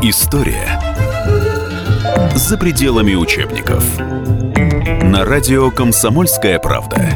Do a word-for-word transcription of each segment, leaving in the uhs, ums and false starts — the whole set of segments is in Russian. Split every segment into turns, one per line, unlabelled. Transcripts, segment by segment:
История за пределами учебников. На радио «Комсомольская правда».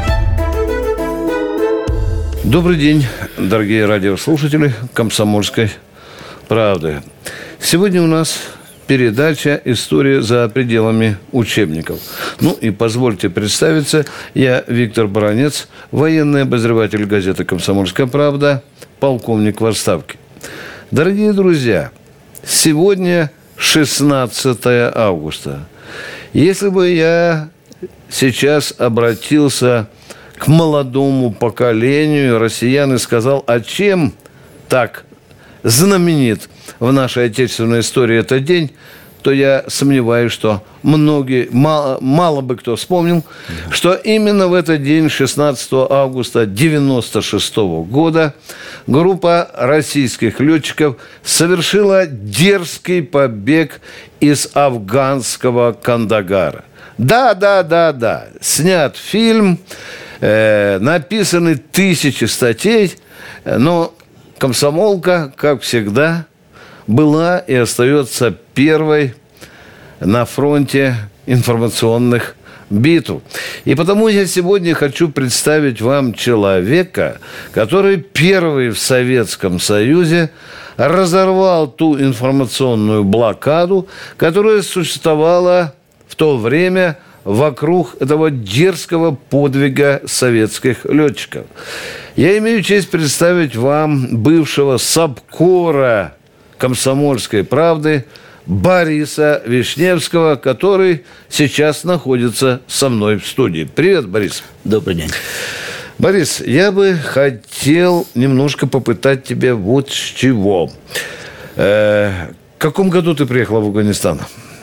Добрый день, дорогие радиослушатели «Комсомольской правды». Сегодня у нас передача «История за пределами учебников». Ну и позвольте представиться, я Виктор Баранец, военный обозреватель газеты «Комсомольская правда», полковник в отставке. Дорогие друзья, сегодня шестнадцатое августа. Если бы я сейчас обратился к молодому поколению россиян и сказал, а чем так знаменит в нашей отечественной истории этот день, то я сомневаюсь, что многие, мало, мало бы кто вспомнил, что именно в этот день, шестнадцатого августа девяносто шестого года, группа российских летчиков совершила дерзкий побег из афганского Кандагара. Да, да, да, да, снят фильм, э, написаны тысячи статей, но «Комсомолка», как всегда, была и остается первой на фронте информационных битв. И потому я сегодня хочу представить вам человека, который первый в Советском Союзе разорвал ту информационную блокаду, которая существовала в то время вокруг этого дерзкого подвига советских летчиков. Я имею честь представить вам бывшего сабкора «Комсомольской правды» Бориса Вишневского, который сейчас находится со мной в студии. Привет, Борис.
Добрый день.
Борис, я бы хотел немножко попытать тебя вот с чего. Э, в каком году ты приехала в Афганистан?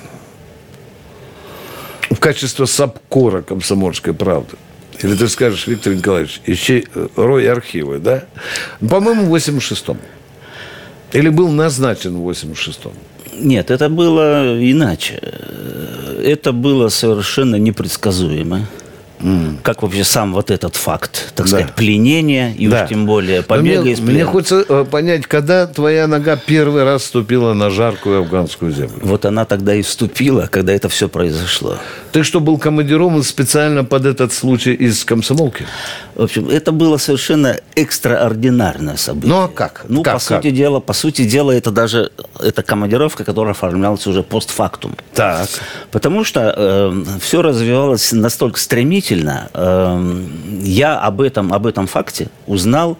В качестве сабкора «Комсомольской правды». Или ты скажешь, Виктор Николаевич, ищи рой архивы, да? По-моему, в восемьдесят шестом. Или был назначен в восемьдесят шестом?
Нет, это было иначе. Это было совершенно непредсказуемо. Mm. Как вообще сам вот этот факт, так да. сказать, пленения и да. уж тем более побега из плена.
Мне хочется понять, когда твоя нога первый раз ступила на жаркую афганскую землю?
Вот она тогда и вступила, когда это все произошло.
Ты что, был командирован специально под этот случай из комсомолки?
В общем, это было совершенно экстраординарное событие.
Ну, а как?
Ну,
как,
по
как?
сути дела, по сути дела, это даже это командировка, которая оформлялась уже постфактум.
Так.
Потому что э, все развивалось настолько стремительно. Э, я об этом, об этом факте узнал,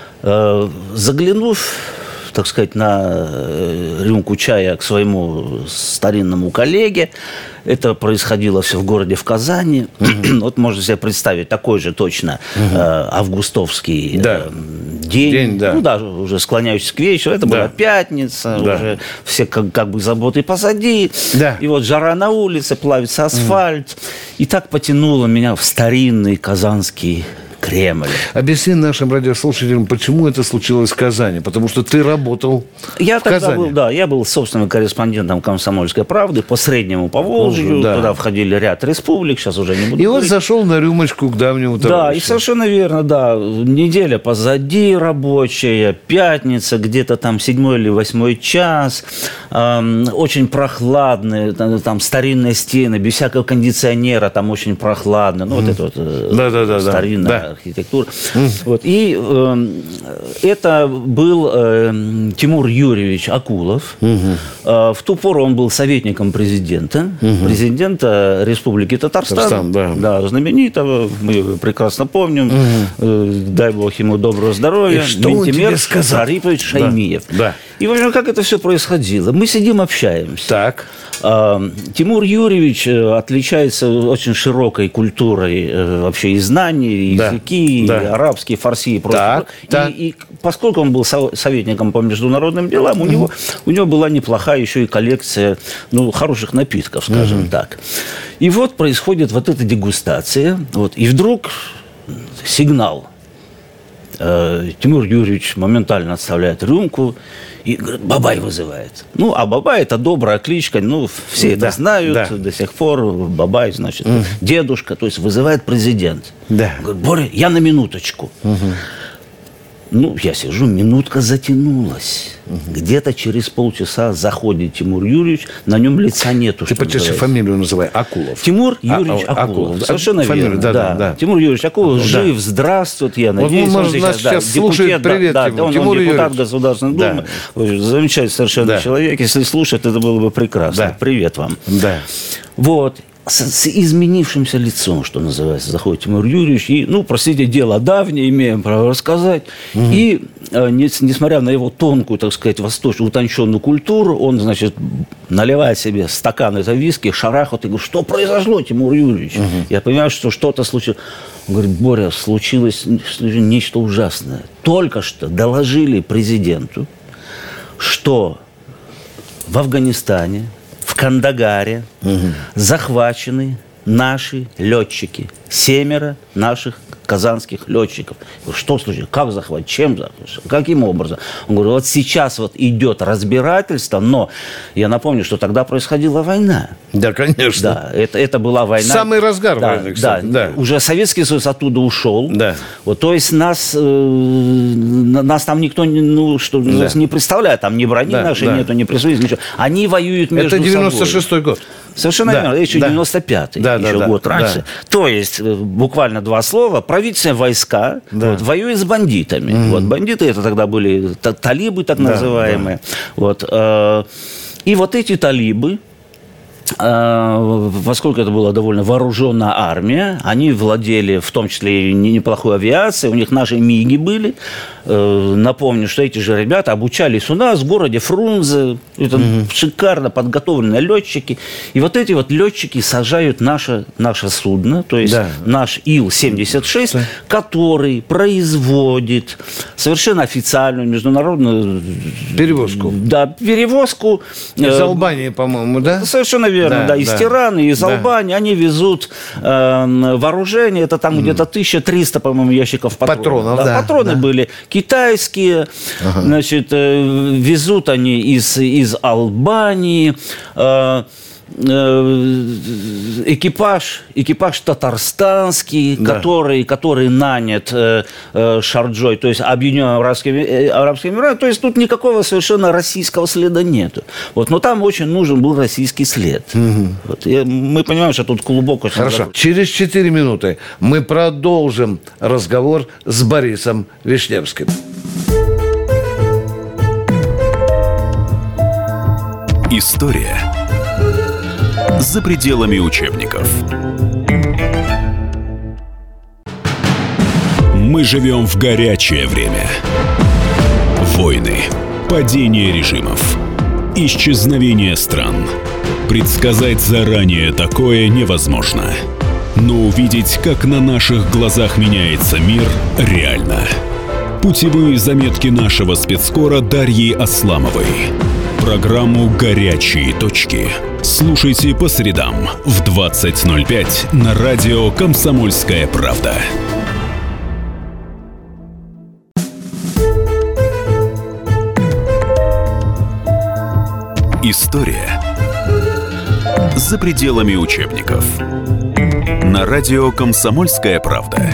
э, заглянув, так сказать, на рюмку чая к своему старинному коллеге. Это происходило все в городе в Казани. Mm-hmm. Вот можно себе представить такой же точно mm-hmm. э, августовский
да.
э, день.
день да.
Ну да, уже склоняющийся к вечеру. Это да. была пятница, да. уже все как, как бы заботы позади.
Да.
И вот жара на улице, плавится асфальт. Mm-hmm. И так потянуло меня в старинный казанский Кремль.
Объясни нашим радиослушателям, почему это случилось в Казани. Потому что ты работал
я
в
тогда
Казани.
Был, да, я был собственным корреспондентом «Комсомольской правды» по Среднему Поволжью. Да. Туда входили ряд республик, сейчас уже не буду
И
говорить.
вот зашел на рюмочку к давнему товарищу.
Да, и совершенно верно, да. Неделя позади рабочая, пятница, где-то там седьмой или восьмой час. Эм, очень прохладные, там, там старинные стены, без всякого кондиционера, там очень прохладно. Ну, mm. вот это вот
да, да, да,
старинная
да.
архитектура. Mm. Вот. И э, это был э, Тимур Юрьевич Акулов. Mm-hmm. Э, в ту пору он был советником президента, mm-hmm. президента Республики Татарстан.
Татарстан, да.
Да, знаменитого, мы его прекрасно помним. Mm-hmm. Э, дай бог ему доброго здоровья.
И что
Ментимер
он тебе сказал?
Шарипович Шаймиев.
Да. Да.
И, в общем, как это все происходило? Мы сидим, общаемся.
Так.
Тимур Юрьевич отличается очень широкой культурой вообще и знаний, и
да,
языки,
да.
и арабские, фарси и прочее.
Так,
и,
так.
И, и поскольку он был советником по международным делам, mm-hmm. у него, у него была неплохая еще и коллекция ну, хороших напитков, скажем mm-hmm. так. И вот происходит вот эта дегустация. Вот, и вдруг сигнал. Тимур Юрьевич моментально отставляет рюмку и говорит, Бабай вызывает. Ну, а Бабай – это добрая кличка, ну, все да, это знают да. до сих пор. Бабай, значит, угу. дедушка, то есть вызывает президент.
Да.
Говорит, Боря, я на минуточку.
Угу.
Ну, я сижу, минутка затянулась. Угу. Где-то через полчаса заходит Тимур Юрьевич, на нем лица нету.
Ты почти фамилию называй, Акулов.
Тимур Юрьевич а, Акулов. Акулов. Совершенно фамилию, верно. Да, да. Да. Тимур Юрьевич Акулов, да. Жив, здравствует, я надеюсь.
Вот, он нас сейчас да, слушает, депутат, привет да,
ему. Он,
Тимур
он депутат
Юрьевич.
Государственной Думы. Да. Замечательный совершенно да. человек. Если слушать, это было бы прекрасно. Да. Привет вам.
Да.
Вот. С, с изменившимся лицом, что называется, заходит Тимур Юрьевич, и, ну, простите, дело давнее, имеем право рассказать. Угу. И, э, не, несмотря на его тонкую, так сказать, восточную, утонченную культуру, он, значит, наливает себе стакан этого виски, шарахает и говорит, что произошло, Тимур Юрьевич? Угу. Я понимаю, что что-то случилось. Он говорит, Боря, случилось нечто ужасное. Только что доложили президенту, что в Афганистане, в Кандагаре угу. захвачены наши летчики. Семеро наших казанских летчиков. Что случилось? Как захватить? Чем захватить? Каким образом? Он говорит, вот сейчас вот идет разбирательство, но я напомню, что тогда происходила война.
Да, конечно.
Да, это, это была война.
Самый разгар
да,
войны, кстати.
Да, да. Уже Советский Союз оттуда ушел.
Да.
Вот, то есть нас, э, нас там никто ну, что, да. нас не представляет. Там ни брони да, нашей да. нету, ни присутствия, ничего. Они воюют между собой.
Это девяносто шестой год.
Совершенно да, верно. Еще да. девяносто пятый, да, еще да, год да, раньше. Да. То есть, буквально два слова, правительственные войска да. вот, воюют с бандитами. Mm-hmm. Вот, бандиты это тогда были талибы, так да, называемые. Да. Вот, э, и вот эти талибы, э, поскольку это была довольно вооруженная армия, они владели в том числе и неплохой авиацией, у них наши МиГи были. Э, напомню, что эти же ребята обучались у нас в городе Фрунзе. Это mm-hmm. шикарно подготовленные летчики. И вот эти вот летчики сажают наше, наше судно, то есть да. наш Ил семьдесят шесть, да. который производит совершенно официальную международную
перевозку.
Да, перевозку.
Из э, Албании, по-моему, да?
Совершенно верно, да. да из да. Тираны, из да. Албании. Они везут э, вооружение. Это там mm. где-то тысяча триста, по-моему, ящиков патронов. Патронов, да. да. Патроны да. были китайские, ага. значит, э, везут они из, из Албании, э, э, экипаж, экипаж татарстанский, да. который, который нанят э, э, Шарджой, то есть Объединенными Арабскими, э, Арабскими Эмиратами, то есть тут никакого совершенно российского следа нету. Вот, но там очень нужен был российский след. Угу. Вот, и мы понимаем, что тут клубок очень...
Хорошо. Дорогой. Через четыре минуты мы продолжим разговор с Борисом Вишневским.
История за пределами учебников. Мы живем в горячее время. Войны, падение режимов, исчезновение стран. Предсказать заранее такое невозможно. Но увидеть, как на наших глазах меняется мир, реально. Путевые заметки нашего спецкора Дарьи Асламовой. Программу «Горячие точки» слушайте по средам в двадцать ноль пять на радио «Комсомольская правда». История за пределами учебников. На радио «Комсомольская правда».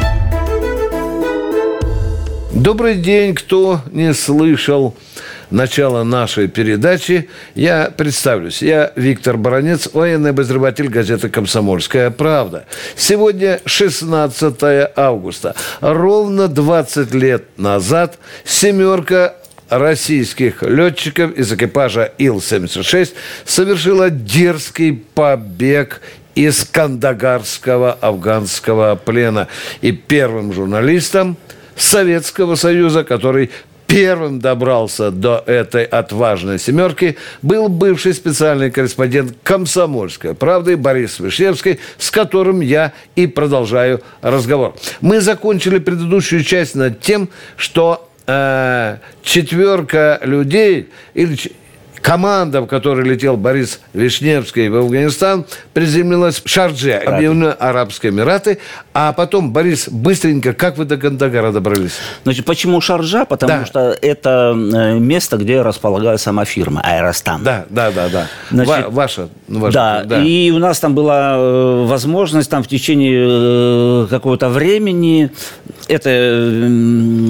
Добрый день, кто не слышал начала нашей передачи. Я представлюсь. Я Виктор Баранец, военный обозреватель газеты «Комсомольская правда». Сегодня шестнадцатое августа. Ровно двадцать лет назад семерка российских летчиков из экипажа Ил семьдесят шесть совершила дерзкий побег из кандагарского афганского плена. И первым журналистом Советского Союза, который первым добрался до этой отважной семерки, был бывший специальный корреспондент «Комсомольской правды» Борис Вишневский, с которым я и продолжаю разговор. Мы закончили предыдущую часть над тем, что э, четверка людей или команда, в которой летел Борис Вишневский в Афганистан, приземлилась в Шардже, Объединенные Арабские Эмираты. А потом, Борис, быстренько, как вы до Кандагара добрались?
Значит, почему Шарджа? Потому да. что это место, где располагается сама фирма Аэростан.
Да, да, да, да. Значит, Ва- ваша, ваша.
Да, да, и у нас там была возможность там в течение какого-то времени, это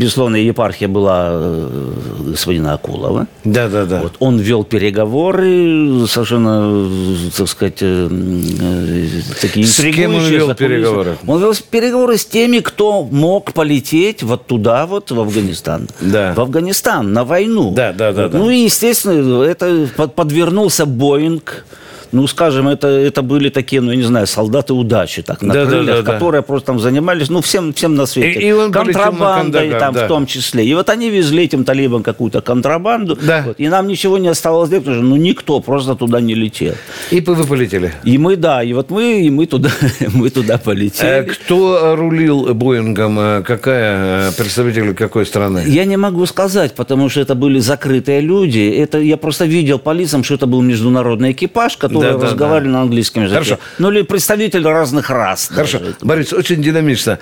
безусловно, епархия была э, господина Акулова.
Да, да, да.
Вот, он вел переговоры, совершенно, так сказать, э, э, такие
С кем он вел переговоры?
Он вел переговоры с теми, кто мог полететь вот туда, вот, в Афганистан.
Да.
В Афганистан, на войну.
Да, да, да.
Ну,
да.
и, естественно, это подвернулся Боинг. Ну, скажем, это, это были такие, ну, я не знаю, солдаты удачи, так, на
да,
крыльях,
да, да,
которые да. просто там занимались, ну, всем, всем на свете.
И, и он
контрабандой
Кандагар,
там
да.
в том числе. И вот они везли этим талибам какую-то контрабанду.
Да.
Вот, и нам ничего не оставалось делать, потому что, ну, никто просто туда не летел.
И вы полетели?
И мы, да, и вот мы, и мы туда, мы туда полетели.
Кто рулил Боингом? Какая, представители какой страны?
Я не могу сказать, потому что это были закрытые люди. Это, я просто видел по лицам, что это был международный экипаж, который
да, да,
разговаривал
да.
на английском языке.
Хорошо.
Ну, или представители разных рас.
Хорошо.
Даже.
Борис, очень динамично.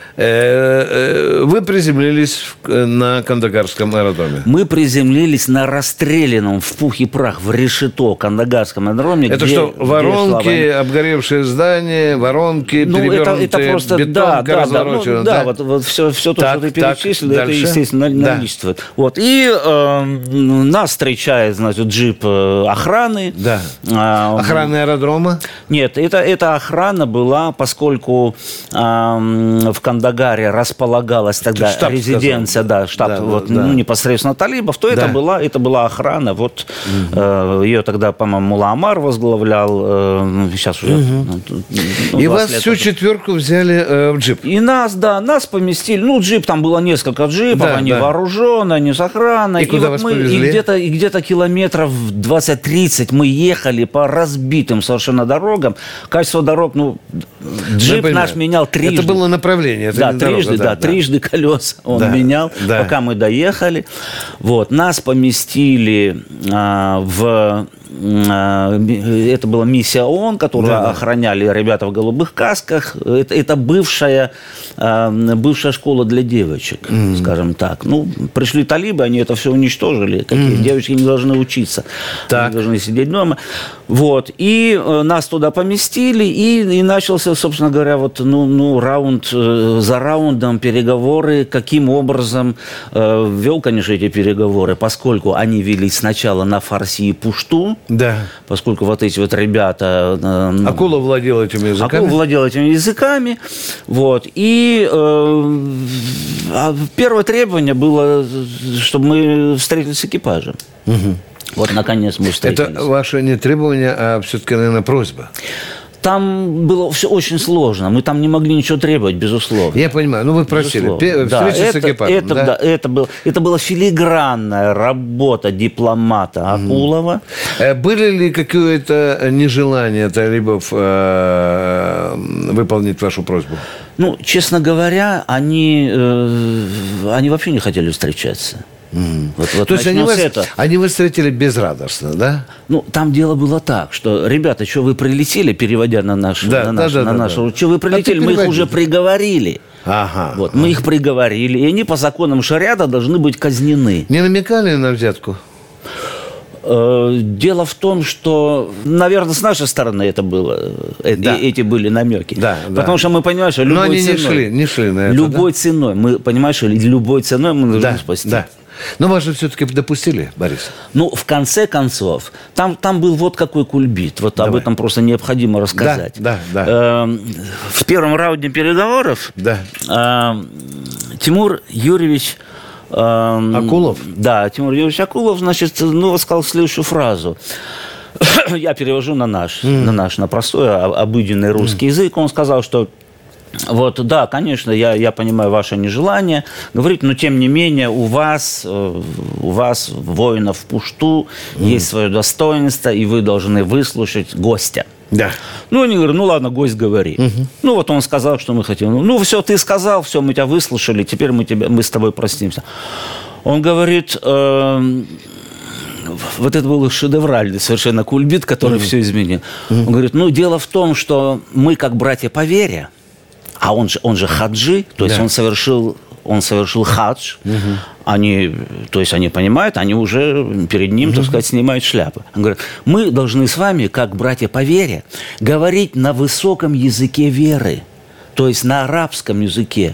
Вы приземлились на Кандагарском аэродроме.
Мы приземлились на расстрелянном в пух и прах в решето Кандагарском аэродроме.
Это
где,
что, воронки,
где
обгоревшие здания, воронки,
ну,
перевернутые,
это, это просто,
бетонка
да,
разворочена?
Да, да,
да?
вот, вот все, все то,
так,
что ты
так,
перечислил, это,
дальше.
естественно,
Да.
наличествует. Вот. И э, нас встречает, значит, джип охраны.
Да.
А,
Охраны аэродрома?
Нет, это, эта охрана была, поскольку э, в Кандагаре располагалась тогда
Штаб,
резиденция,
сказал.
да, штаб
Да,
вот,
да, да.
ну, непосредственно талибов, то
Да.
это, была, это была охрана. Вот, угу. э, ее тогда, по-моему, Мулла Амар возглавлял, э, сейчас уже...
Угу.
Ну,
и вас
лет
всю
назад.
четверку взяли э, в джип?
И нас, да, нас поместили. Ну, джип, там было несколько джипов,
Да,
они
да.
вооружены, они с охраной.
И куда
вот
вас
мы,
повезли?
И где-то, и где-то километров двадцать-тридцать мы ехали по разбитым совершенно дорогам. Качество дорог, ну, джип наш менял трижды.
Это было направление, это
да,
не
трижды,
дорога,
да,
да,
трижды колеса он
да,
менял,
да.
пока мы доехали. Вот, нас поместили а, в... Это была миссия ООН, которую
да, да.
охраняли ребята в голубых касках. Это, это бывшая, бывшая школа для девочек, mm-hmm. скажем так. Ну, пришли талибы, они это все уничтожили. Какие mm-hmm. девочки не должны учиться. Так. Они должны сидеть дома. Вот. И нас туда поместили, и, и начался, собственно говоря, вот, ну, ну, раунд за раундом переговоры. Каким образом вел, конечно, эти переговоры, поскольку они велись сначала на фарси и пушту.
Да.
Поскольку вот эти вот ребята... Э,
Акулов владел этими языками.
Акулов владел этими языками. Вот. И э, первое требование было, чтобы мы встретились с экипажем. Угу. Вот, наконец, мы встретились.
Это ваше не требование, а все-таки, наверное, просьба.
Там было все очень сложно. Мы там не могли ничего требовать, безусловно.
Я понимаю. Ну, вы просили. Встреча
да,
с
это,
экипажем,
это,
да?
да, это, был, это была филигранная работа дипломата Акулова.
Mm. Были ли какое-то нежелание талибов э, выполнить вашу просьбу?
Ну, честно говоря, они, э, они вообще не хотели встречаться.
Mm.
Вот, вот
То есть они вас,
это.
они вас встретили безрадостно, да?
Ну, там дело было так, что, ребята, что вы прилетели, переводя на наш,
да,
на
да,
наш,
да,
на
да,
нашу,
да.
что вы прилетели,
а
мы их уже приговорили.
Ага.
Вот, мы их приговорили, и они по законам шариата должны быть казнены.
Не намекали на взятку?
Дело в том, что, наверное, с нашей стороны это было, да. эти были намеки.
Да,
Потому
да.
что мы понимаем, что любой
Но они
ценой,
не шли, не шли на это,
любой
да?
ценой, мы понимаем, что любой ценой мы должны
да,
спасти.
Да. Но вас же все-таки допустили, Борис.
Ну, в конце концов, там, там был вот какой кульбит. Вот Давай. Об этом просто необходимо рассказать.
Да, да, да.
В первом раунде переговоров
да.
Тимур Юрьевич...
Акулов?
Да, Тимур Юрьевич Акулов, значит, ну, сказал следующую фразу. Я перевожу на наш, mm. на наш, на простой, обыденный русский mm. язык. Он сказал, что вот, да, конечно, я, я понимаю ваше нежелание говорить, но тем не менее у вас, у вас, воинов в пушту, mm. есть свое достоинство, и вы должны выслушать гостя.
Да.
Ну, они говорят, ну ладно, гость, говори. Угу. Ну, вот он сказал, что мы хотим. Ну, все, ты сказал, все, мы тебя выслушали, теперь мы, тебя, мы с тобой простимся. Он говорит, э, вот это был шедевральный совершенно кульбит, который угу. все изменил. Угу. Он говорит, ну, дело в том, что мы, как братья по вере, а он же, он же хаджи, то есть да. он совершил... Он совершил хадж, угу. они, то есть они понимают, они уже перед ним, угу. так сказать, снимают шляпы. Он говорит, мы должны с вами, как братья по вере, говорить на высоком языке веры, то есть на арабском языке.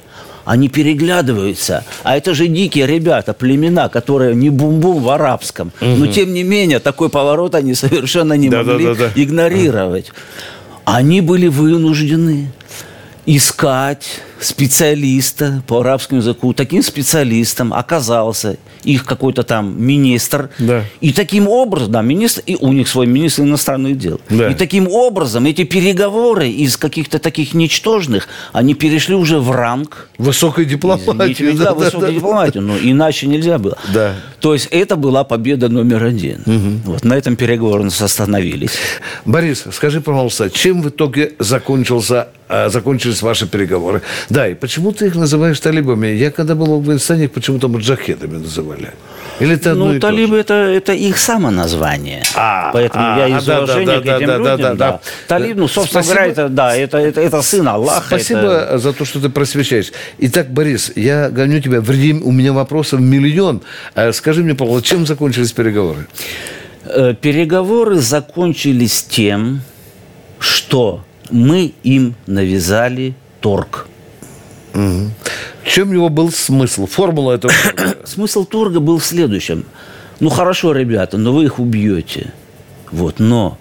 они переглядываются. А это же дикие ребята, племена, которые не бум-бум в арабском. Угу. Но, тем не менее, такой поворот они совершенно не да, могли да, да, да. игнорировать. Они были вынуждены искать специалиста по арабскому языку. Таким специалистом оказался их какой-то там министр. Да. И таким образом, да, министр, и у них свой министр иностранных дел. Да. И таким образом эти переговоры из каких-то таких ничтожных, они перешли уже в ранг
высокой дипломатии.
Извините, да, да, высокой да, дипломатии, да. но иначе нельзя было. Да. То есть это была победа номер один. Угу. Вот на этом переговоры нас остановились.
Борис, скажи, пожалуйста, чем в итоге закончился, закончились ваши переговоры? Да, и почему ты их называешь талибами? Я когда был в Афганистане, их почему-то маджахедами называли. Или это одно
ну,
и
талибы
то
это, это их самоназвание.
А,
Поэтому
а,
я из
да,
уважения
да,
к
да,
этим
да,
людям,
да, да,
да.
да.
Талиб, ну, собственно
Спасибо.
говоря, это, да, это, это, это сын Аллаха.
Спасибо
это...
за то, что ты просвещаешь. Итак, Борис, я гоню тебя, время, у меня вопросов миллион. Скажи мне, пожалуйста, чем закончились переговоры?
Переговоры закончились тем, что мы им навязали торг.
Угу. В чем его был смысл? Формула этого торга?
Смысл торга был в следующем. Ну, хорошо, ребята, но вы их убьете. Вот, но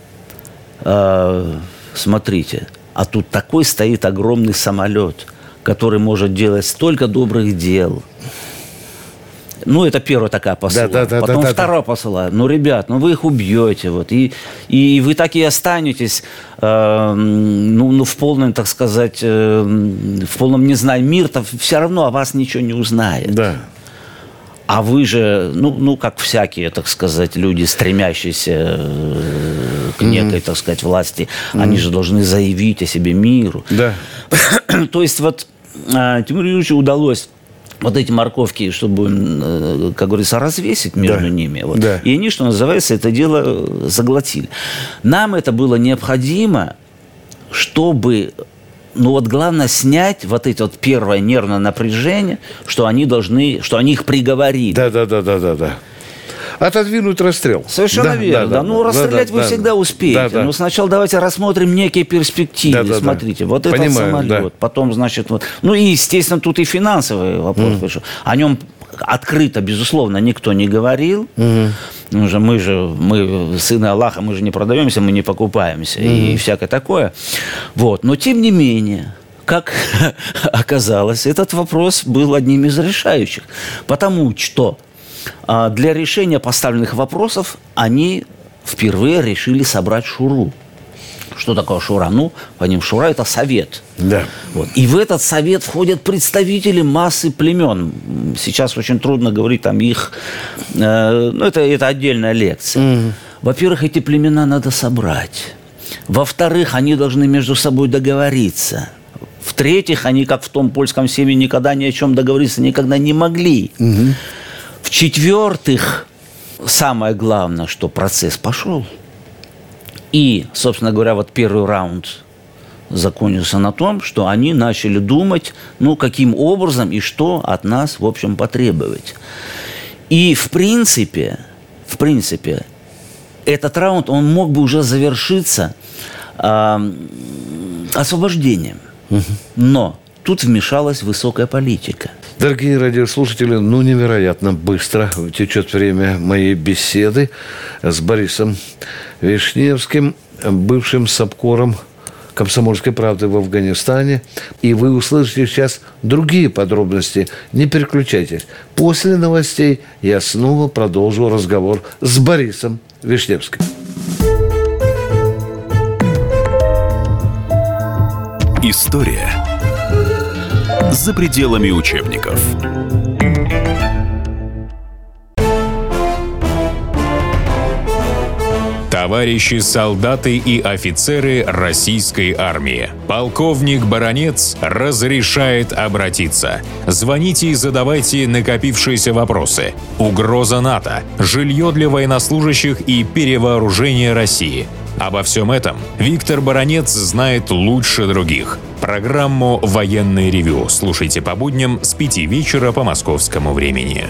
э, смотрите, а тут такой стоит огромный самолет, который может делать столько добрых дел. Ну, это первая такая посыла. Да, да, да, Потом да, да, вторая да. посыла. Ну, ребят, ну вы их убьете. Вот, и, и вы так и останетесь э, ну, ну, в полном, так сказать, э, в полном незнании. Мир-то все равно о вас ничего не узнает.
Да.
А вы же, ну, ну, как всякие, так сказать, люди, стремящиеся к некой, mm-hmm. так сказать, власти, mm-hmm. они же должны заявить о себе миру.
Да.
То есть вот Тимуру Юрьевичу удалось вот эти морковки, чтобы, как говорится, развесить между да. ними. Вот. Да. И они, что называется, это дело заглотили. Нам это было необходимо, чтобы... Ну вот главное снять вот это вот первое нервное напряжение, что они должны, что они их приговорили.
Да, да, да, да, да, да. Отодвинуть расстрел.
Совершенно да, верно. Да, да, ну, да, расстрелять да, вы да, всегда да, успеете. Да, да. Но сначала давайте рассмотрим некие перспективы. Да, да, Смотрите, да. вот этот Понимаю, самолет, да. потом, значит, вот. Ну и, естественно, тут и финансовый вопрос. Mm. О нем открыто, безусловно, никто не говорил. Mm-hmm. Мы же, мы же, мы сыны Аллаха, мы же не продаемся, мы не покупаемся mm-hmm. и всякое такое. Вот. Но, тем не менее, как оказалось, этот вопрос был одним из решающих. Потому что а, для решения поставленных вопросов они впервые решили собрать шуру. Что такое шура? Ну, по ним шура – это совет. Да. Вот. И в этот совет входят представители массы племен. Сейчас очень трудно говорить там их... Э, ну, это, это отдельная лекция. Mm. Во-первых, эти племена надо собрать. Во-вторых, они должны между собой договориться. В-третьих, они, как в том польском семье, никогда ни о чем договориться никогда не могли. Mm-hmm. В-четвертых, самое главное, что процесс пошел. И, собственно говоря, вот первый раунд закончился на том, что они начали думать, ну, каким образом и что от нас, в общем, потребовать. И, в принципе, в принципе, этот раунд, он мог бы уже завершиться э, освобождением. Угу. Но тут вмешалась высокая политика.
Дорогие радиослушатели, ну, невероятно быстро течет время моей беседы с Борисом Вишневским, бывшим сапкором «Комсомольской правды» в Афганистане. И вы услышите сейчас другие подробности. Не переключайтесь. После новостей я снова продолжу разговор с Борисом Вишневским.
История за пределами учебников.
Товарищи солдаты и офицеры российской армии. Полковник Баранец разрешает обратиться. Звоните и задавайте накопившиеся вопросы. Угроза НАТО, жилье для военнослужащих и перевооружение России. Обо всем этом Виктор Баранец знает лучше других. Программу «Военное ревю» слушайте по будням с пяти вечера по московскому времени.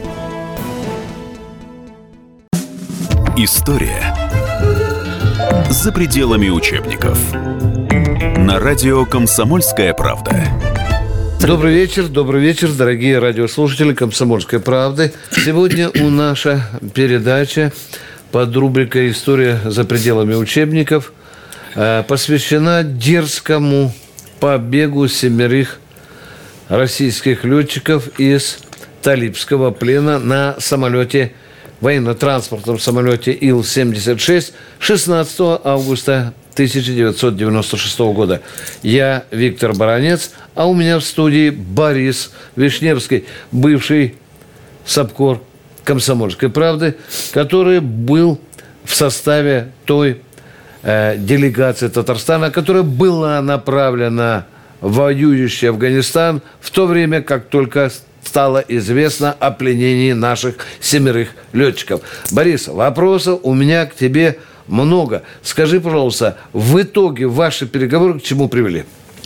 История за пределами учебников. На радио «Комсомольская правда».
Добрый вечер, добрый вечер, дорогие радиослушатели «Комсомольской правды». Сегодня у наша передача под рубрикой «История за пределами учебников» посвящена дерзкому побегу семерых российских летчиков из Талибского плена на самолете, военно-транспортном самолете Ил семьдесят шесть шестнадцатого августа тысяча девятьсот девяносто шестого года. Я Виктор Баранец, а у меня в студии Борис Вишневский, бывший сапкор «Комсомольской правды», который был в составе той э, делегации Татарстана, которая была направлена в воюющий Афганистан в то время, как только стало известно о пленении наших семерых летчиков. Борис, вопросов у меня к тебе много. Скажи, пожалуйста, в итоге ваши переговоры к чему привели?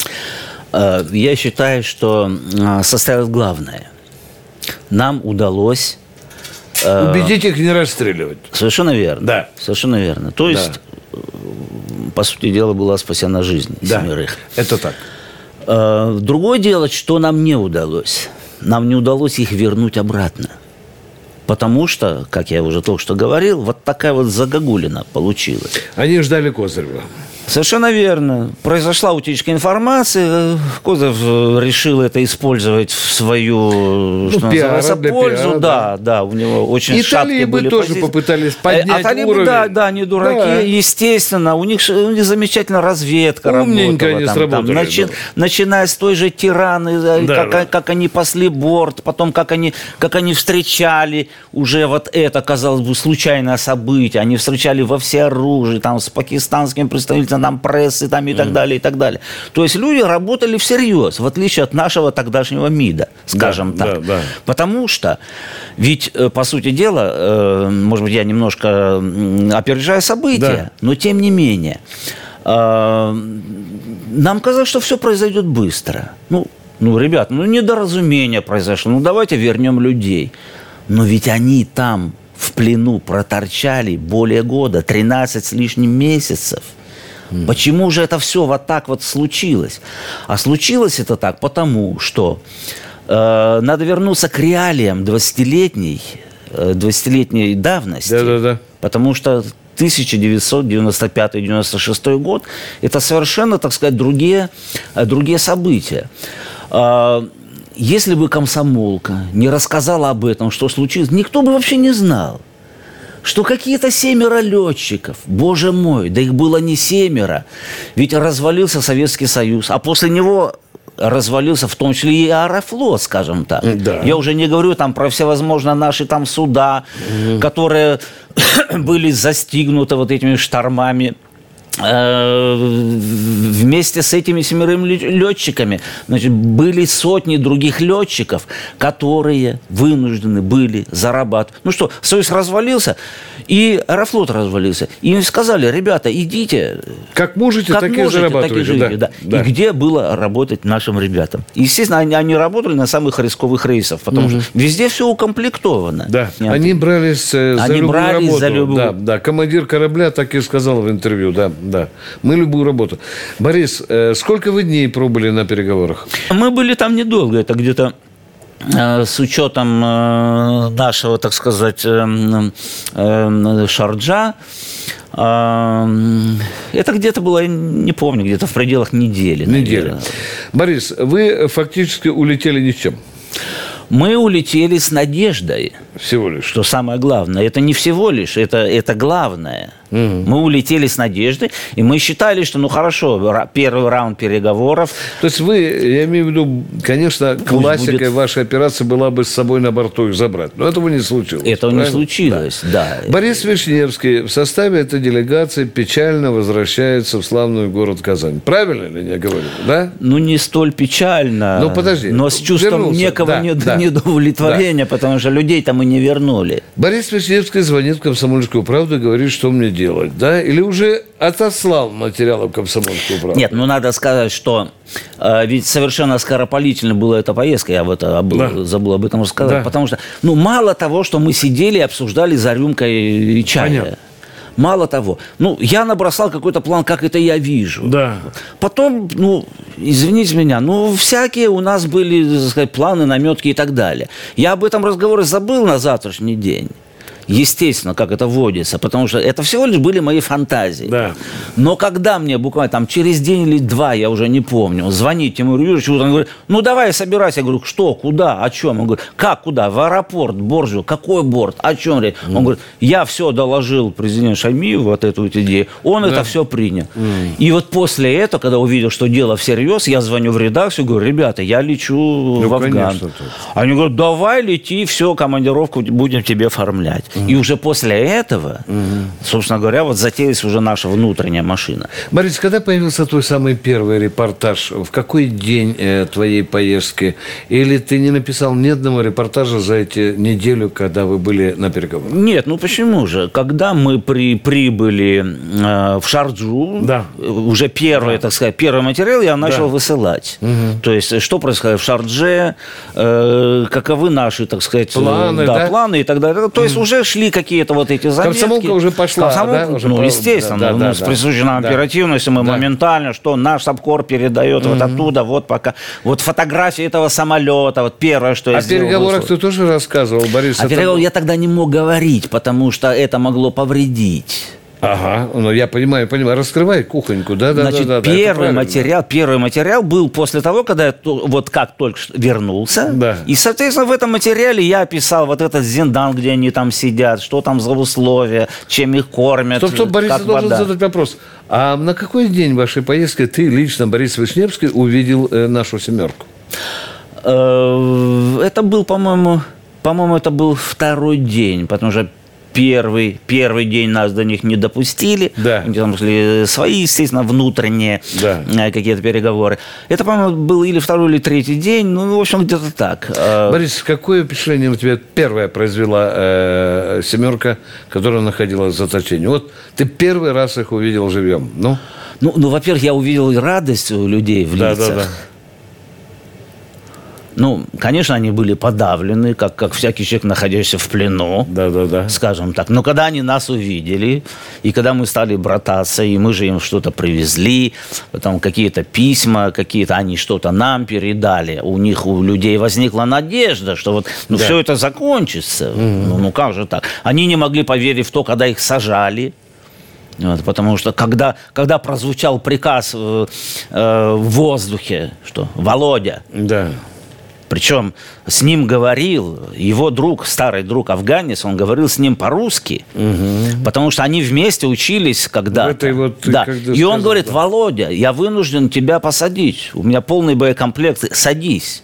Я считаю, что составилось главное. Нам удалось...
Убедить их не расстреливать.
Совершенно верно.
Да.
Совершенно верно. То есть, да. по сути дела, была спасена жизнь
да.
семерых.
Это так.
Другое дело, что нам не удалось. Нам не удалось их вернуть обратно. Потому что, как я уже только что говорил, вот такая вот загогулина получилась.
Они ждали Козырева.
Совершенно верно. Произошла утечка информации. Козырев решил это использовать в свою, ну, что пиара, называется, пользу. Пиара, да, да, да. У него очень
и
шаткие были
тоже
позиции.
Попытались поднять а талибы, уровень.
Да, да, не дураки. Да. Естественно, у них, у них замечательная разведка
Умненько
работала.
Они
там,
сработали,
там, начи,
да.
Начиная с той же Тираны, да, как, да. как они пасли борт, потом как они, как они встречали уже вот это, казалось бы, случайное событие. Они встречали во всеоружии, там, с пакистанским представителем там прессы там, и так mm. далее, и так далее. То есть люди работали всерьез, в отличие от нашего тогдашнего МИДа, скажем да, так. Да, да. Потому что, ведь, по сути дела, может быть, я немножко опережаю события, да. но тем не менее, нам казалось, что все произойдет быстро. Ну, ну, ребят, ну, недоразумение произошло, ну, давайте вернем людей. Но ведь они там в плену проторчали более года, тринадцать с лишним месяцев. Mm. Почему же это все вот так вот случилось? А случилось это так, потому что э, надо вернуться к реалиям двадцатилетней, э, двадцатилетней давности.
Да-да-да.
Потому что тысяча девятьсот девяносто пятый - девяносто шестой год – это совершенно, так сказать, другие, другие события. Э, если бы комсомолка не рассказала об этом, что случилось, никто бы вообще не знал. Что какие-то семеро летчиков, боже мой, да их было не семеро, ведь развалился Советский Союз, а после него развалился в том числе и Аэрофлот, скажем так. Да. Я уже не говорю там про всевозможные наши там суда, угу. которые были застигнуты вот этими штормами. Вместе с этими семерыми летчиками, значит, были сотни других летчиков, которые вынуждены были зарабатывать. Ну что, Союз развалился, и Аэрофлот развалился. И им сказали: ребята, идите.
Как можете, как так можете, и зарабатывайте. Так и живите,
да. Да. И где было работать нашим ребятам? Естественно, они, они работали на самых рисковых рейсах, потому угу. что везде все укомплектовано.
Да. Они брались за
они
любую
брались
работу.
За любую...
Да, да. Командир корабля так и сказал в интервью, да. Да, мы любую работу. Борис, э, сколько вы дней пробыли на переговорах?
Мы были там недолго, это где-то э, с учетом э, нашего, так сказать, э, э, Шарджа, э, это где-то было, не помню, где-то в пределах недели.
Недели. Борис, вы фактически улетели ни с чем.
Мы улетели с надеждой.
Всего лишь.
Что самое главное. Это не всего лишь, это, это главное. Угу. Мы улетели с надеждой, и мы считали, что, ну, хорошо, первый раунд переговоров.
То есть вы, я имею в виду, конечно, пусть классикой будет... вашей операции была бы с собой на борту их забрать. Но этого не случилось.
Этого правильно? Не случилось, да.
да. Борис Вишневский в составе этой делегации печально возвращается в славный город Казань. Правильно ли я говорю? Да?
Ну, не столь печально.
Ну, подожди.
Но с чувством вернулся. Некого да, нед... да. недовлетворения, да. потому что людей-то мы не вернули.
Борис Вишневский звонит в «Комсомольскую правду» и говорит, что мне делать, да? Или уже отослал материалы в «Комсомольскую правду»?
Нет, ну надо сказать, что э, ведь совершенно скоропалительно была эта поездка, я об этом, да. забыл об этом рассказать, да. потому что, ну, мало того, что мы сидели и обсуждали за рюмкой чая. Понятно. Мало того, ну, я набросал какой-то план, как это я вижу.
Да.
Потом, ну, извините меня, ну, всякие у нас были, так сказать, планы, наметки и так далее. Я об этом разговоре забыл на завтрашний день. Естественно, как это водится, потому что это всего лишь были мои фантазии.
Да.
Но когда мне буквально там через день или два, я уже не помню, звонит Тимур Юрьевич, он говорит, ну давай собирайся. Я говорю, что, куда, о чем? Он говорит, как, куда, в аэропорт, Боржу, какой борт, о чем? Mm. Он говорит, я все доложил президенту Шаймиеву, вот эту вот идею, он да. это все принял. Mm. И вот после этого, когда увидел, что дело всерьез, я звоню в редакцию, говорю, ребята, я лечу ну, в Афган. Они говорят, давай лети, все, командировку будем тебе оформлять. Mm. И уже после этого, mm. собственно говоря, вот затеялась уже наша внутренняя машина.
Борис, когда появился твой самый первый репортаж? В какой день э, твоей поездки? Или ты не написал ни одного репортажа за эти неделю, когда вы были на переговорах?
Нет, ну почему же? Когда мы при, прибыли э, в Шарджу, да. уже первый, да. так сказать, первый материал я начал да. высылать. Угу. То есть, что происходит в Шардже, э, каковы наши, так сказать,
планы,
да,
да?
планы и так далее. То есть, угу. уже шли какие-то вот эти заметки.
Комсомолка уже пошла,
Комсомолка,
да? Уже
ну,
по...
естественно,
да,
ну,
да,
с
да,
присущей нам
да.
оперативностью мы
да.
моментально, что наш Сапкор передает угу. вот оттуда, вот пока. Вот фотографии этого самолета, вот первое, что я
О
сделал.
О переговорах ты тоже рассказывал, Борис?
О переговорах я тогда не мог говорить, потому что это могло повредить.
Ага, ну я понимаю, понимаю. Раскрывай кухоньку, да, да,
Значит,
да, да.
Первый материал, первый материал был после того, когда я вот как только что вернулся.
Да.
И, соответственно, в этом материале я описал вот этот зиндан, где они там сидят, что там за условия, чем их кормят.
Стоп, стоп, Борис,
как
я должен
вода.
задать вопрос. А на какой день вашей поездки ты лично, Борис Вишневский, увидел э, нашу «семерку»?
Это был, по-моему, по-моему, это был второй день, потому что Первый, первый день нас до них не допустили.
Да.
Там шли свои, естественно, внутренние да. какие-то переговоры. Это, по-моему, был или второй, или третий день. Ну, в общем, где-то так.
Борис, какое впечатление у тебя первое произвела э, «семерка», которая находилась в заточении? Вот ты первый раз их увидел живьем. Ну,
ну, ну во-первых, я увидел радость у людей в
да,
лицах.
Да, да.
Ну, конечно, они были подавлены, как, как всякий человек, находящийся в плену,
да, да, да.
скажем так. Но когда они нас увидели, и когда мы стали брататься, и мы же им что-то привезли, потом какие-то письма, какие-то они что-то нам передали, у них, у людей возникла надежда, что вот ну, да. все это закончится. Угу. Ну, ну, как же так? Они не могли поверить в то, когда их сажали. Вот, потому что когда, когда прозвучал приказ э, э, в воздухе, что Володя...
Да.
Причем с ним говорил его друг, старый друг афганец, он говорил с ним по-русски, угу. потому что они вместе учились когда-то. Вот да. когда И сказал, он говорит, да. Володя, я вынужден тебя посадить, у меня полный боекомплект, садись.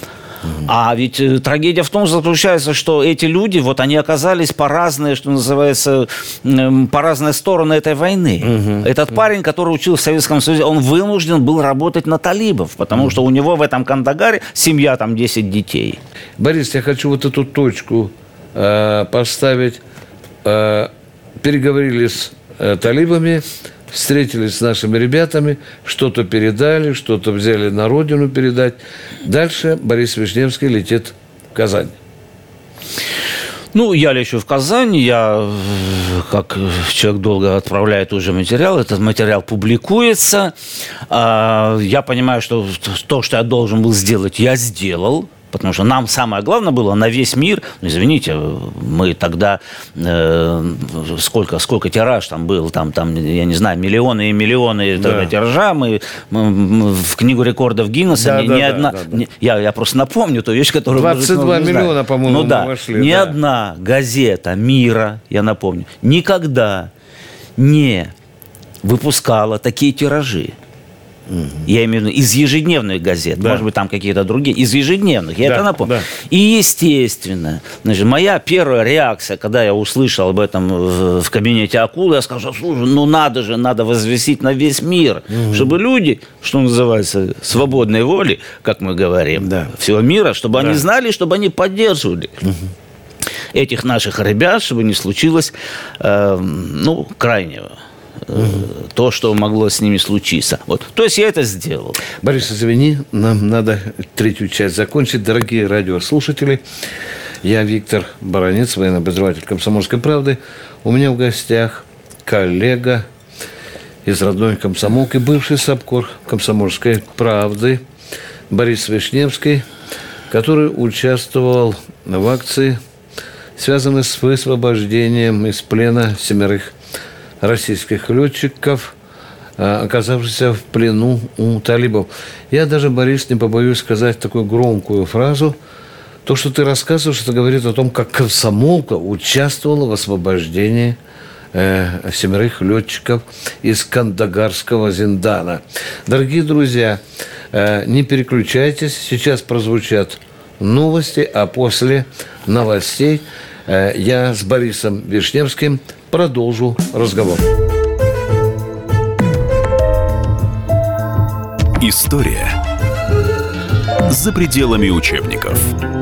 А ведь э, трагедия в том заключается, что эти люди, вот они оказались по разные, что называется, э, по разные стороны этой войны. Угу. Этот угу. парень, который учился в Советском Союзе, он вынужден был работать на талибов, потому угу. что у него в этом Кандагаре семья, там десять детей.
Борис, я хочу вот эту точку э, поставить. Э, переговорили с э, талибами, встретились с нашими ребятами, что-то передали, что-то взяли на родину передать. Дальше Борис Вишневский летит в Казань.
Ну, я лечу в Казань, я, как человек долго отправляет уже материал, этот материал публикуется. Я понимаю, что то, что я должен был сделать, я сделал. Потому что нам самое главное было на весь мир, ну, извините, мы тогда, э, сколько, сколько тираж там был, там, там, я не знаю, миллионы и миллионы да. тиража, мы, мы, мы в книгу рекордов Гиннесса, да, ни, да, ни да, одна, да, да. Не, я, я просто напомню ту вещь, которую...
двадцать два
может,
миллиона, по-моему,
ну, да,
вошли.
Ни
да.
одна газета мира, я напомню, никогда не выпускала такие тиражи. Угу. Я имею в виду из ежедневных газет, да. может быть, там какие-то другие, из ежедневных, я да, это напомню. Да. И, естественно, значит, моя первая реакция, когда я услышал об этом в, в кабинете Акулы, я сказал, слушай, ну надо же, надо возвестить на весь мир, угу. чтобы люди, что называется, свободной воли, как мы говорим, да. всего мира, чтобы да. они знали, чтобы они поддерживали угу. этих наших ребят, чтобы не случилось, э, ну, крайнего. Угу. То, что могло с ними случиться. Вот. То есть я это сделал.
Борис, извини, нам надо третью часть закончить. Дорогие радиослушатели, я Виктор Баранец, военный обозреватель «Комсомольской правды». У меня в гостях коллега из родной комсомолки, бывший сапкор «Комсомольской правды» Борис Вишневский, который участвовал в акции, связанной с высвобождением из плена семерых российских летчиков, оказавшихся в плену у талибов. Я даже, Борис, не побоюсь сказать такую громкую фразу. То, что ты рассказываешь, это говорит о том, как комсомолка участвовала в освобождении э, семерых летчиков из Кандагарского зиндана. Дорогие друзья, э, не переключайтесь. Сейчас прозвучат новости, а после новостей э, я с Борисом Вишневским продолжу разговор.
История за пределами учебников.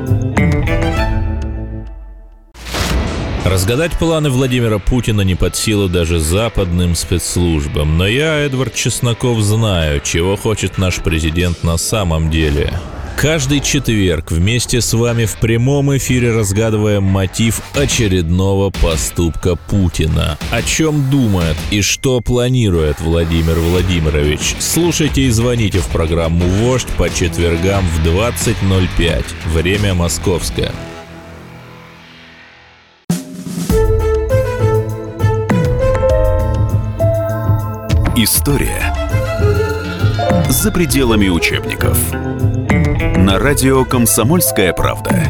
Разгадать планы Владимира Путина не под силу даже западным спецслужбам. Но я, Эдвард Чесноков, знаю, чего хочет наш президент на самом деле. Каждый четверг вместе с вами в прямом эфире разгадываем мотив очередного поступка Путина. О чем думает и что планирует Владимир Владимирович? Слушайте и звоните в программу «Вождь» по четвергам в двадцать ноль пять. Время московское.
История за пределами учебников. На радио «Комсомольская правда».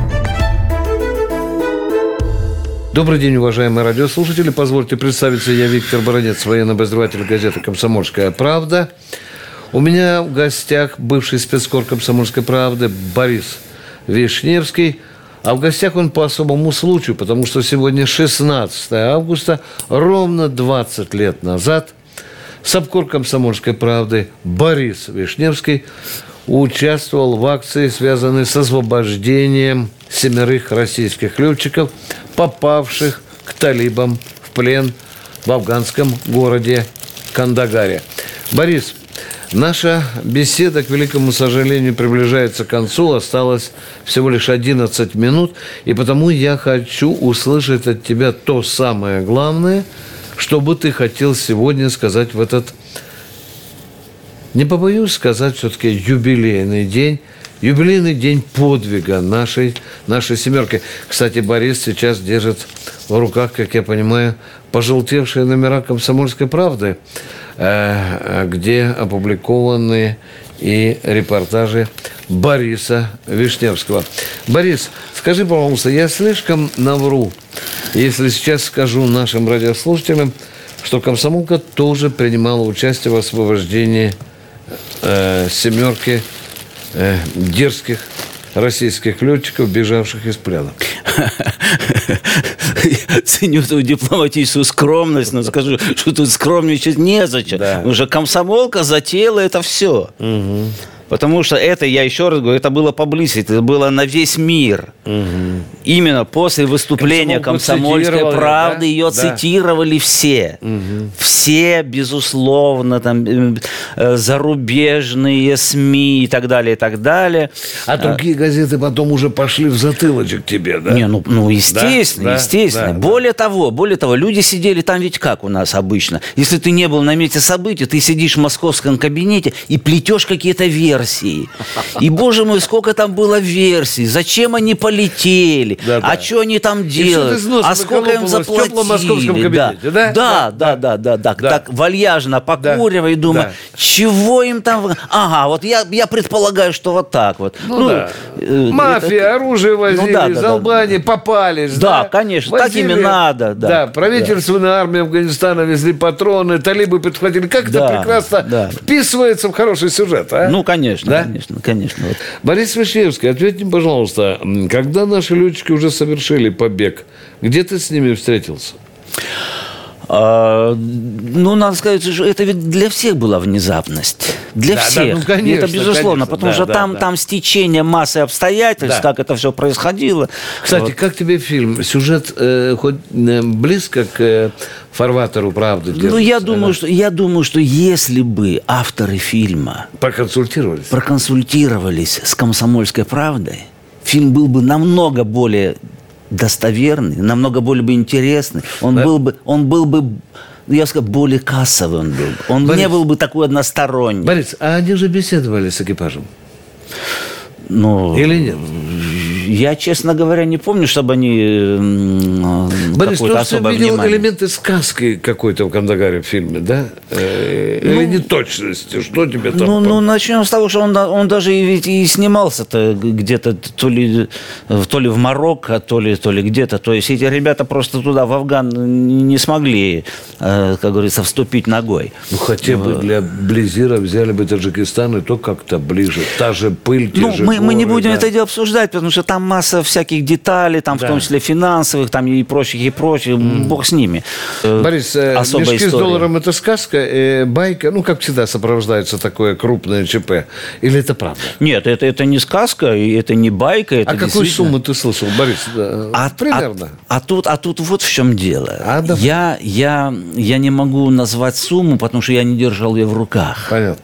Добрый день, уважаемые радиослушатели. Позвольте представиться, я Виктор Баранец, военный обозреватель газеты «Комсомольская правда». У меня в гостях бывший спецкор «Комсомольской правды» Борис Вишневский. А в гостях он по особому случаю, потому что сегодня шестнадцатое августа, ровно двадцать лет назад, сапкор «Комсомольской правды» Борис Вишневский участвовал в акции, связанной с освобождением семерых российских летчиков, попавших к талибам в плен в афганском городе Кандагаре. Борис, наша беседа, к великому сожалению, приближается к концу. Осталось всего лишь одиннадцать минут, и потому я хочу услышать от тебя то самое главное, что бы ты хотел сегодня сказать в этот, не побоюсь сказать, все-таки юбилейный день, юбилейный день подвига нашей, нашей семерки. Кстати, Борис сейчас держит в руках, как я понимаю, пожелтевшие номера «Комсомольской правды», где опубликованы и репортажи Бориса Вишневского. Борис, скажи, пожалуйста, я слишком навру, если сейчас скажу нашим радиослушателям, что комсомолка тоже принимала участие в освобождении э, семерки э, дерзких российских летчиков, бежавших из плена.
Ценю твою дипломатическую скромность, но скажу, что тут скромничать незачем. Да. Потому что комсомолка затеяла это все. Угу. Потому что это, я еще раз говорю, это было publicity, это было на весь мир. Угу. Именно после выступления «Комсомольской правды» да? ее да. цитировали все. Угу. Все, безусловно, там, э, зарубежные СМИ и так далее, и так далее.
А другие газеты потом уже пошли в затылочек тебе, да?
Не, ну, ну естественно, да? естественно. Да, более да. того, более того, люди сидели там ведь как у нас обычно. Если ты не был на месте событий, ты сидишь в московском кабинете и плетешь какие-то версии. И, боже мой, сколько там было версий. Зачем они полетели? Да, да. А что они там делают? А сколько им заплатили? Да. Да? Да, да, да, да, да, да. Да. Так вальяжно покуривая, да. и думаю, да. чего им там... Ага, вот я, я предполагаю, что вот так вот.
Ну, ну да. э, Мафия, это... оружие возили, ну, да, да, из Албании да. попались.
Да, да? конечно, возили. Так ими надо. Да,
да. правительственная да. армия Афганистана везли патроны, талибы подхватили. Как да. это прекрасно да. вписывается в хороший сюжет, а?
Ну, конечно. Конечно, да? конечно, конечно. Вот.
Борис Вишневский, ответь мне, пожалуйста, когда наши летчики уже совершили побег, где ты с ними встретился?
А, ну, надо сказать, что это ведь для всех была внезапность. Для да, всех. Да, ну, конечно, это безусловно, конечно, потому да, что да, там, да. там стечение массы обстоятельств, да. как это все происходило.
Кстати,
вот.
Как тебе фильм? Сюжет э, хоть э, близко к э, фарватеру правды держится?
Ну, я думаю, что, я думаю, что если бы авторы фильма
проконсультировались,
проконсультировались с «Комсомольской правдой», фильм был бы намного более достоверный, намного более бы интересный. Он, да? был бы, он был бы я скажу, более кассовый он был. Он
Борис,
не был бы такой односторонний.
Борис, а они же беседовали с экипажем?
Ну,
или нет?
Я, честно говоря, не помню, чтобы они
Борис,
какое-то
ты
особое
видел
внимание.
элементы сказки какой-то в Кандагаре в фильме, да? Э,
Ну,
или неточности? Что тебе там?
Ну, ну, начнем с того, что он, он даже и, ведь и снимался-то где-то то ли, то ли в Марокко, то ли, то ли где-то. То есть эти ребята просто туда, в Афган, не смогли, э, как говорится, вступить ногой.
Ну, хотя бы для Близира взяли бы Таджикистан, и то как-то ближе. Та же пыль, те
Ну,
же
мы, мы не
горы,
будем
да.
это дело обсуждать, потому что там масса всяких деталей, там,
Да.
в том числе финансовых, там и прочих, и прочих. Mm. Бог с ними.
Борис, э,
Особая
мешки
история.
с долларом – это сказка, э, байка, ну, как всегда, сопровождается такое крупное ЧП. Или это правда?
Нет, это, это не сказка, и это не байка. Это
А какой
действительно-
суммы ты слышал, Борис? Да,
А,
примерно.
А, а, тут, а тут вот в чем дело.
А, давай.
я, я, я не могу назвать сумму, потому что я не держал ее в руках.
Понятно.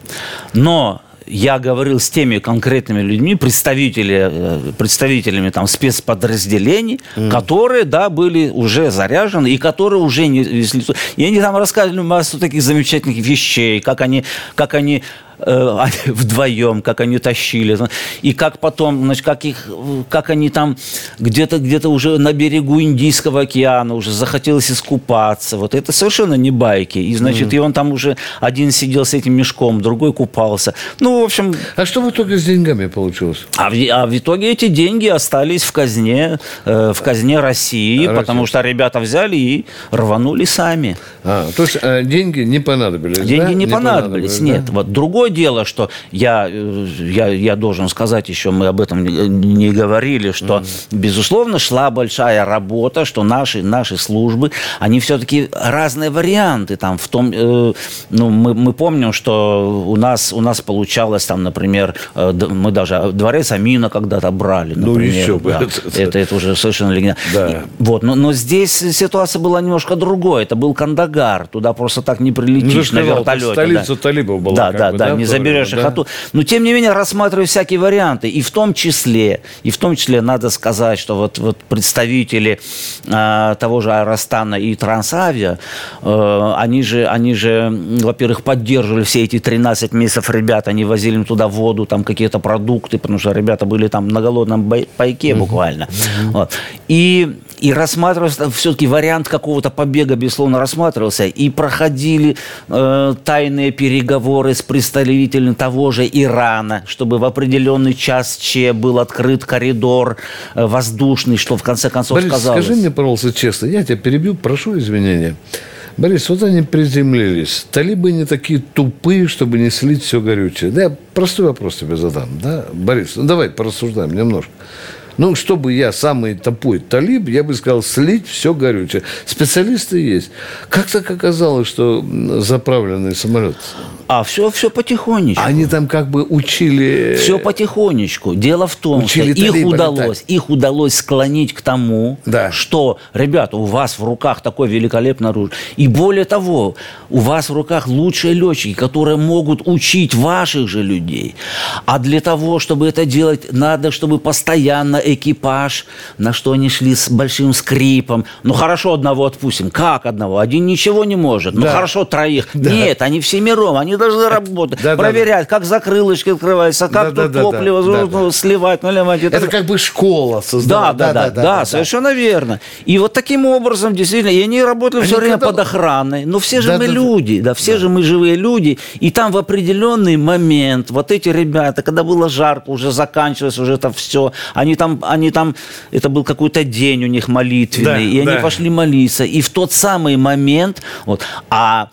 Но я говорил с теми конкретными людьми, представители, э, представителями там, спецподразделений, mm. которые, да, были уже заряжены и которые уже не... Если, и они там рассказывали массу таких замечательных вещей, как они... Как они э, вдвоем, как они тащили, и как потом, значит, как их, как они там где-то, где-то уже на берегу Индийского океана уже захотелось искупаться, вот это совершенно не байки, и значит, mm. и он там уже один сидел с этим мешком, другой купался, ну, в общем...
А что в итоге с деньгами получилось?
А в, а в итоге эти деньги остались в казне, э, в казне России,
Россия.
Потому что ребята взяли и рванули сами.
А, то есть э, деньги не понадобились,
Деньги
да?
не,
не
понадобились, нет.
Да?
Вот другое дело, что я, я, я должен сказать, еще мы об этом не, не говорили, что, mm. безусловно, шла большая работа, что наши, наши службы, они все-таки разные варианты. Там, в том, э, ну, мы, мы помним, что у нас, у нас получалось, там, например, э, мы даже дворец Амина когда-то брали, например.
Ну, еще бы.
Да, это, это уже совершенно легендарно.
Да.
Вот, но, но здесь ситуация была немножко другой. Это был Кандагар. Туда просто так не прилетишь
ну,
на вертолете.
Столица
да.
талибов была.
Да, да,
бы,
да,
да,
не заберешь их
да?
оттуда. Но, тем не менее, рассматриваю всякие варианты. И в том числе, и в том числе надо сказать, что вот, вот представители э, того же Аэростана и Трансавиа, э, они же, они же, во-первых, поддерживали все эти тринадцать месяцев ребят. Они возили им туда воду, там какие-то продукты, потому что ребята были там на голодном пайке буквально. Mm-hmm. Вот. И... И рассматривался все-таки вариант какого-то побега, безусловно, рассматривался. И проходили э, тайные переговоры с представителями того же Ирана, чтобы в определенный час Че был открыт коридор э, воздушный, что в конце концов
Борис,
сказалось.
скажи мне, пожалуйста, честно, я тебя перебью, прошу извинения. Борис, вот они приземлились. Талибы не такие тупые, чтобы не слить все горючее. Да, я простой вопрос тебе задам. Да? Борис, ну давай порассуждаем немножко. Ну, чтобы я самый тупой талиб, я бы сказал, слить все горючее. Специалисты есть. Как так оказалось, что заправленный самолет?
А все, все потихонечку.
Они там как бы учили...
Все потихонечку. Дело в том,
Учили
что их
талибов
удалось,
летать.
их удалось склонить к тому,
Да.
что, ребята, у вас в руках такое великолепное оружие. И более того, у вас в руках лучшие летчики, которые могут учить ваших же людей. А для того, чтобы это делать, надо, чтобы постоянно экипаж, на что они шли с большим скрипом. Ну, хорошо, одного отпустим. Как одного? Один ничего не может. Ну,
Да.
хорошо, троих.
Да.
Нет, они всемиром, они должны работать,
Да, да,
проверять, как закрылочки открываются, как
Да,
тут
да, да,
топливо
да,
ну,
да.
сливать, наливать. и так
Это
далее.
как бы школа создала.
Да, да, да, да, совершенно верно. И вот таким образом, действительно, и они работали
Они
все время
когда-
под охраной. Но все же
Да,
мы
да, да.
люди, да, все же мы живые люди. И там в определенный момент вот эти ребята, когда было жарко, уже заканчивалось, уже это все, они там, они там, это был какой-то день у них молитвенный,
Да,
и они
да.
пошли молиться. И в тот самый момент, вот, а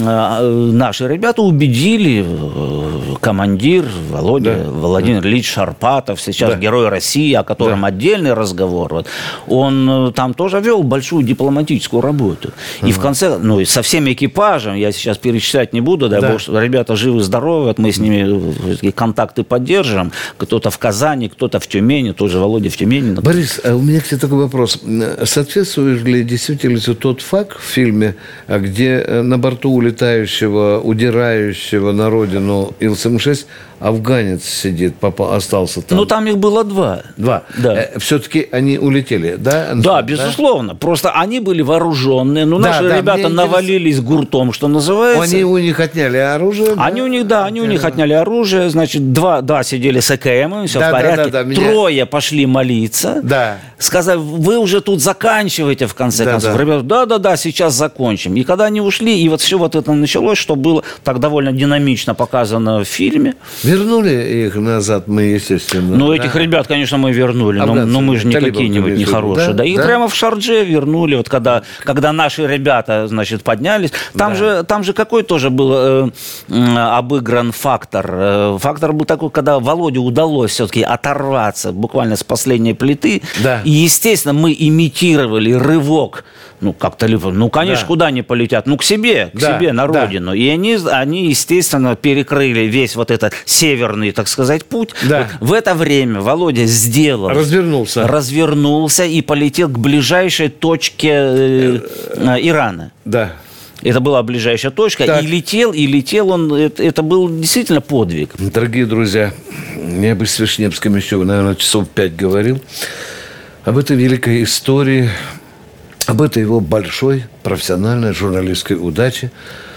э, наши ребята убедили э, командир Володя,
Да.
Владимир Ильич Шарпатов, сейчас
Да.
герой России, о котором
Да.
отдельный разговор. Вот. Он э, там тоже вел большую дипломатическую работу. И в конце, ну и со всем экипажем, я сейчас перечислять не буду, дай
Да.
бог, что ребята живы-здоровы, вот мы с ними э, контакты поддерживаем. Кто-то в Казани, кто-то в Тюмени, тот же Володя в Тюмени.
Борис, а у меня к тебе такой вопрос. Соответствует ли действительности тот факт в фильме, где на борту улетающего, удирающего на родину Ил семьдесят шесть афганец сидит, попал, остался там.
Ну, там их было два.
Два.
Да.
Э, все-таки они улетели, да? Антон?
Да, безусловно. Да? Просто они были вооруженные. Ну,
да,
наши
да,
ребята навалились гуртом, что называется.
Они у них отняли оружие.
Они
да?
у них, да, они у них отняли оружие. Значит, два, да, сидели с ЭКМами, все
да,
в порядке.
Да, да, да, меня...
Трое пошли молиться.
Да.
Сказали, вы уже тут заканчиваете, в конце
да,
концов.
Да.
Ребята, да-да-да, сейчас закончим. И когда они ушли, и вот все вот это началось, что было так довольно динамично показано в фильме.
Вернули их назад мы, естественно.
Ну,
да.
этих ребят, конечно, мы вернули, но, но мы же не какие-нибудь нехорошие. Да? Да? Их да? прямо в Шардже вернули, вот когда, когда наши ребята, значит, поднялись. Там, да. же, там же какой тоже был э, э, обыгран фактор. Э, фактор был такой, когда Володе удалось все-таки оторваться буквально с последней плиты.
Да.
И, естественно, мы имитировали рывок. Ну, как-то, ну, конечно, да. куда они полетят? Ну, к себе, к да. себе, на родину. Да. И они, они, естественно, перекрыли весь вот этот северный, так сказать, путь.
Да.
Вот в это время Володя сделал...
Развернулся.
Развернулся и полетел к ближайшей точке э, э, Ирана.
Да.
Это была ближайшая точка.
Так.
И летел, и летел он... Это, это был действительно подвиг.
Дорогие друзья, я бы с Вишневским еще, наверное, часов пять говорил об этой великой истории, об этой его большой профессиональной журналистской удаче,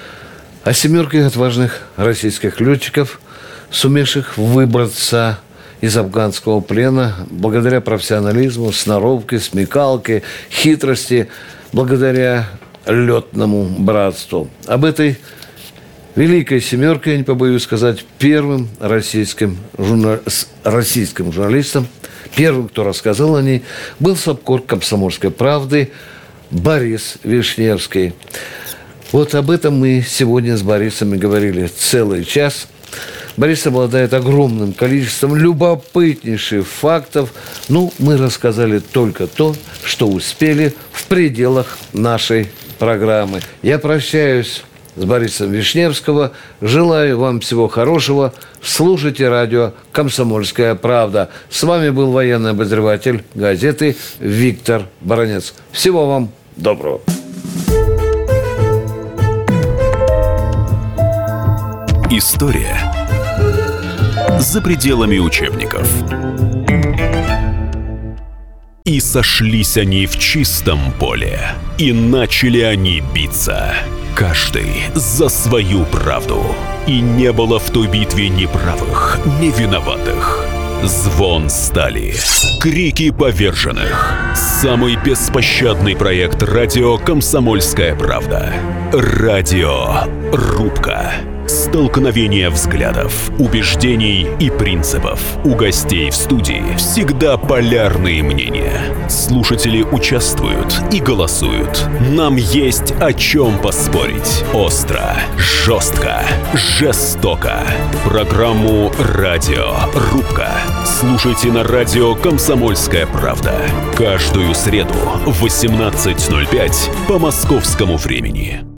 о семерке отважных российских летчиков, сумевших выбраться из афганского плена благодаря профессионализму, сноровке, смекалке, хитрости, благодаря летному братству. Об этой великой семерке, я не побоюсь сказать, первым российским, журнал... российским журналистом, первым, кто рассказал о ней, был сапкор «Комсомольской правды» Борис Вишневский. Вот об этом мы сегодня с Борисом и говорили целый час. Борис обладает огромным количеством любопытнейших фактов. Ну, мы рассказали только то, что успели в пределах нашей программы. Я прощаюсь с Борисом Вишневским. Желаю вам всего хорошего. Слушайте радио «Комсомольская правда». С вами был военный обозреватель газеты Виктор Баранец. Всего вам доброго.
История за пределами учебников. И сошлись они в чистом поле, и начали они биться, каждый за свою правду. И не было в той битве ни правых, ни виноватых. Звон стали, крики поверженных. Самый беспощадный проект радио «Комсомольская правда». Радиорубка. Столкновение взглядов, убеждений и принципов. У гостей в студии всегда полярные мнения. Слушатели участвуют и голосуют. Нам есть о чем поспорить. Остро, жестко, жестоко. Программу «Радиорубка» слушайте на радио «Комсомольская правда». Каждую среду в восемнадцать ноль пять по московскому времени.